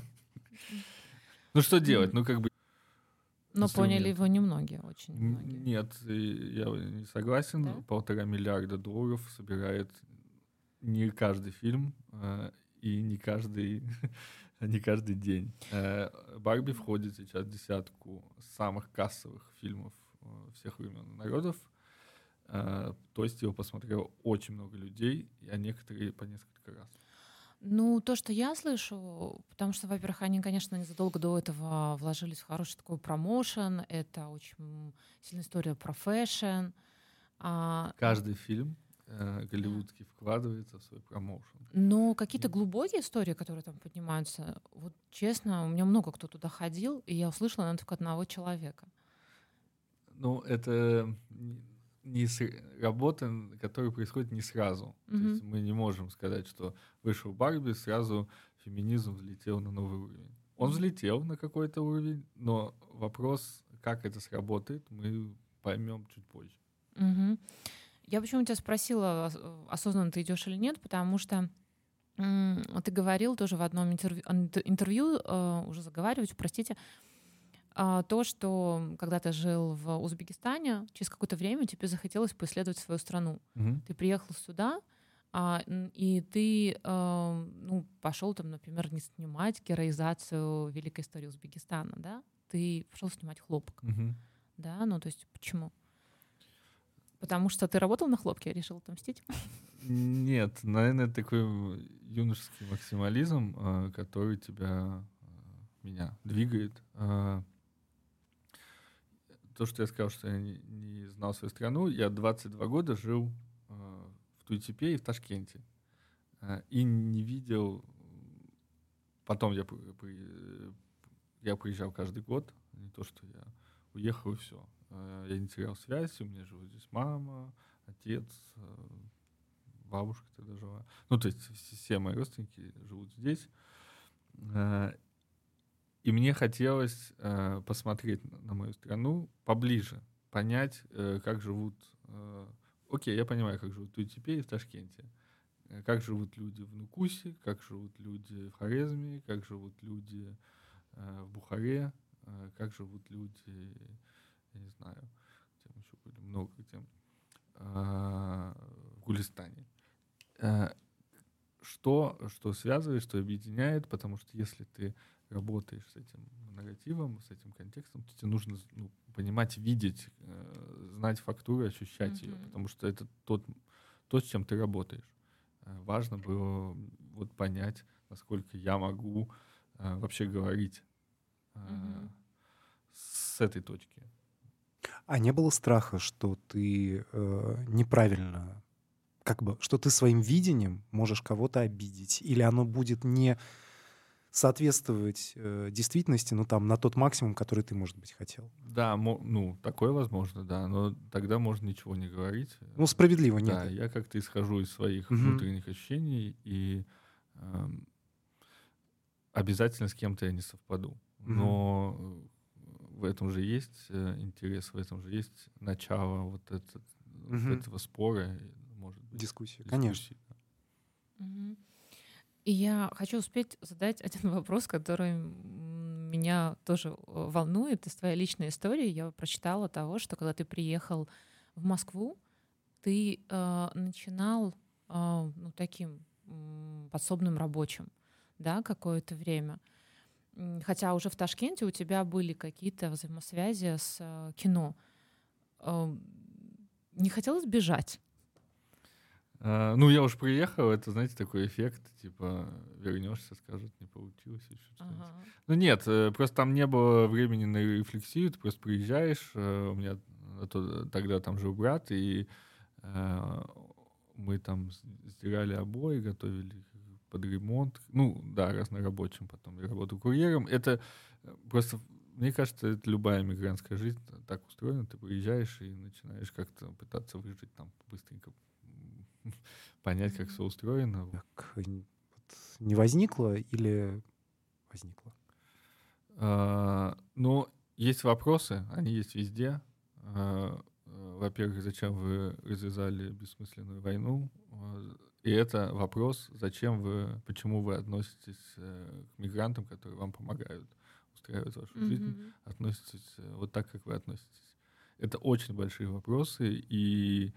Ну что делать? Но поняли его немногие, очень немногие. Нет, я не согласен. Да? $1,5 миллиарда собирает не каждый фильм и не каждый день. «Барби» входит сейчас в 10 самых кассовых фильмов всех времен и народов. То есть его посмотрело очень много людей, а некоторые по несколько раз. Ну, то, что я слышу, потому что, во-первых, они, конечно, незадолго до этого вложились в хороший такой промоушен, это очень сильная история про фэшн. Каждый фильм голливудский вкладывается в свой промоушен. Но какие-то глубокие истории, которые там поднимаются, вот честно, у меня много кто туда ходил, и я услышала, наверное, только одного человека. Ну, это работа, которая происходит не сразу. То есть мы не можем сказать, что вышел Барби, сразу феминизм взлетел на новый уровень. Он взлетел на какой-то уровень, но вопрос, как это сработает, мы поймем чуть позже. Я почему тебя спросила, осознанно ты идешь или нет, потому что ты говорил тоже в одном интервью, уже заговаривать, простите, то, что когда ты жил в Узбекистане, через какое-то время тебе захотелось поисследовать свою страну. Ты приехал сюда, и ты пошел там, например, не снимать героизацию великой истории Узбекистана, да? Ты пошел снимать хлопок. Да, ну то есть почему? Потому что ты работал на хлопке, решил отомстить? Нет, наверное, такой юношеский максимализм, который меня двигает. То, что я сказал, что я не знал свою страну, я 22 года жил в Туйчипе и в Ташкенте. И не видел... Потом я приезжал каждый год, не то, что я уехал и все. Я не терял связь, у меня живут здесь мама, отец, бабушка тогда жила. Ну, то есть все мои родственники живут здесь. И мне хотелось посмотреть на мою страну поближе, понять, как живут... Окей, я понимаю, как живут в Туйчипе и в Ташкенте. Как живут люди в Нукусе, как живут люди в Хорезме, как живут люди в Бухаре, как живут люди, я не знаю, там еще были много где, в Гулистане. Что связывает, что объединяет, потому что если ты работаешь с этим нарративом, с этим контекстом, то тебе нужно понимать, видеть, знать фактуру, ощущать ее, потому что это то, с чем ты работаешь. Важно было вот понять, насколько я могу вообще говорить с этой точки. А не было страха, что ты неправильно, что ты своим видением можешь кого-то обидеть, или оно будет не соответствовать действительности, на тот максимум, который ты, может быть, хотел? Да, такое возможно, да, но тогда можно ничего не говорить. Справедливо, нет. Да, я как-то исхожу из своих внутренних ощущений, и обязательно с кем-то я не совпаду. Но в этом же есть интерес, в этом же есть начало вот этого спора, может быть. Дискуссии, конечно. И я хочу успеть задать один вопрос, который меня тоже волнует из твоей личной истории. Я прочитала того, что когда ты приехал в Москву, ты начинал таким подсобным рабочим, да, какое-то время. Хотя уже в Ташкенте у тебя были какие-то взаимосвязи с кино. Не хотелось бежать? Я уже приехал, это, знаете, такой эффект, типа, вернешься, скажут, не получилось. Нет, просто там не было времени на рефлексию, ты просто приезжаешь, у меня тогда там жил брат, и мы там сдирали обои, готовили под ремонт, разнорабочим потом, я работал курьером. Это просто, мне кажется, это любая мигрантская жизнь так устроена, ты приезжаешь и начинаешь как-то пытаться выжить там быстренько, понять, как все устроено. Не возникло или возникло? Есть вопросы, они есть везде. Во-первых, зачем вы развязали бессмысленную войну? И это вопрос, почему вы относитесь к мигрантам, которые вам помогают устраивать вашу жизнь, относитесь вот так, как вы относитесь. Это очень большие вопросы, и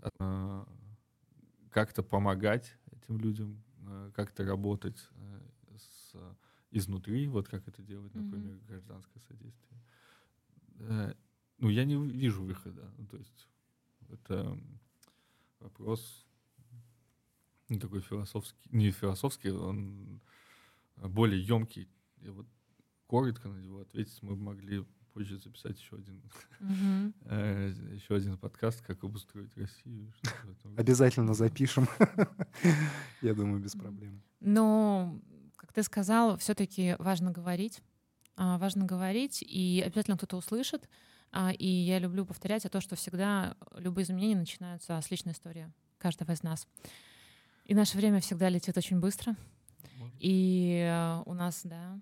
как-то помогать этим людям, как-то работать изнутри, вот как это делает, например, гражданское содействие. Я не вижу выхода. То есть это вопрос... такой философский, не философский, он более емкий. И вот коротко на него ответить мы могли позже записать еще один подкаст, как обустроить Россию. Обязательно запишем. Я думаю, без проблем. Но, как ты сказал, все-таки важно говорить, и обязательно кто-то услышит. И я люблю повторять то, что всегда любые изменения начинаются с личной истории каждого из нас. И наше время всегда летит очень быстро. И у нас, да.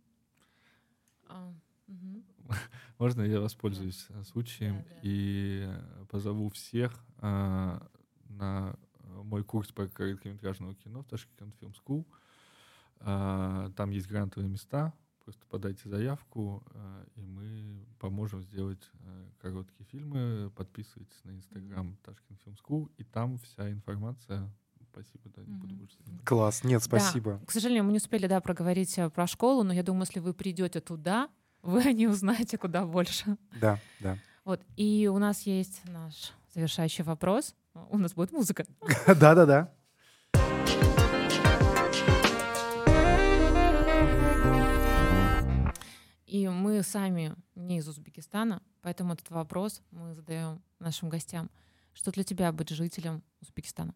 Можно я воспользуюсь случаем и позову всех на мой курс по короткометражному кино в Tashkent Film School. Там есть грантовые места. Просто подайте заявку, и мы поможем сделать короткие фильмы. Подписывайтесь на Instagram Tashkent Film School, и там вся информация. Спасибо, да, не буду больше заниматься. Класс, нет, спасибо. Да. К сожалению, мы не успели, проговорить про школу, но я думаю, если вы придете туда, вы не узнаете куда больше. Да. Вот. И у нас есть наш завершающий вопрос. У нас будет музыка. Да. И мы сами не из Узбекистана, поэтому этот вопрос мы задаем нашим гостям. Что для тебя быть жителем Узбекистана?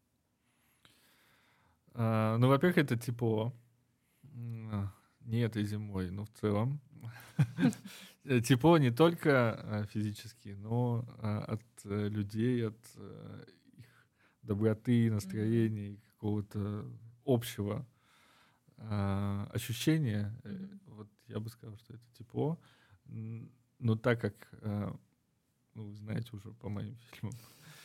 Ну, во-первых, это тепло. Не этой зимой, но в целом. Тепло не только физически, но от людей, от их доброты, настроения, какого-то общего ощущения. Вот я бы сказал, что это тепло. Но так как, вы знаете уже по моим фильмам,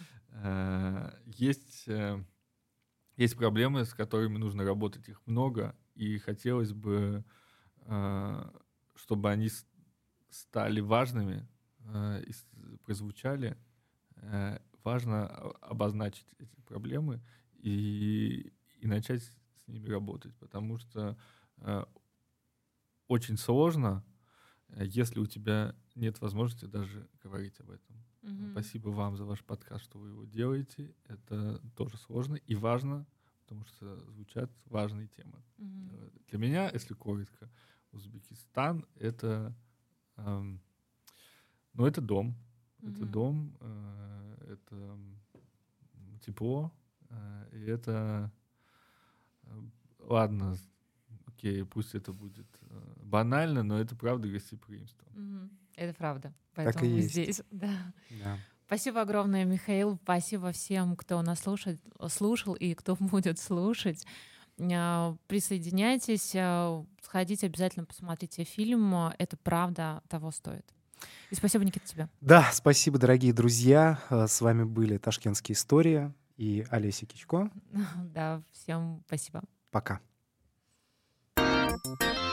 есть проблемы, с которыми нужно работать, их много, и хотелось бы, чтобы они стали важными и прозвучали. Важно обозначить эти проблемы и начать с ними работать, потому что очень сложно, если у тебя нет возможности даже говорить об этом. Спасибо вам за ваш подкаст, что вы его делаете. Это тоже сложно и важно, потому что звучат важные темы. Для меня, если коротко, Узбекистан — это это дом. Это дом, это тепло, и это... Ладно, окей, пусть это будет банально, но это правда гостеприимство. Это правда. Поэтому так и есть. Здесь, да. Спасибо огромное, Михаил. Спасибо всем, кто нас слушал и кто будет слушать. Присоединяйтесь, сходите, обязательно посмотрите фильм. Это правда того стоит. И спасибо, Никита, тебе. Да, спасибо, дорогие друзья. С вами были «Ташкентские истории» и Олеся Кичко. Да, всем спасибо. Пока.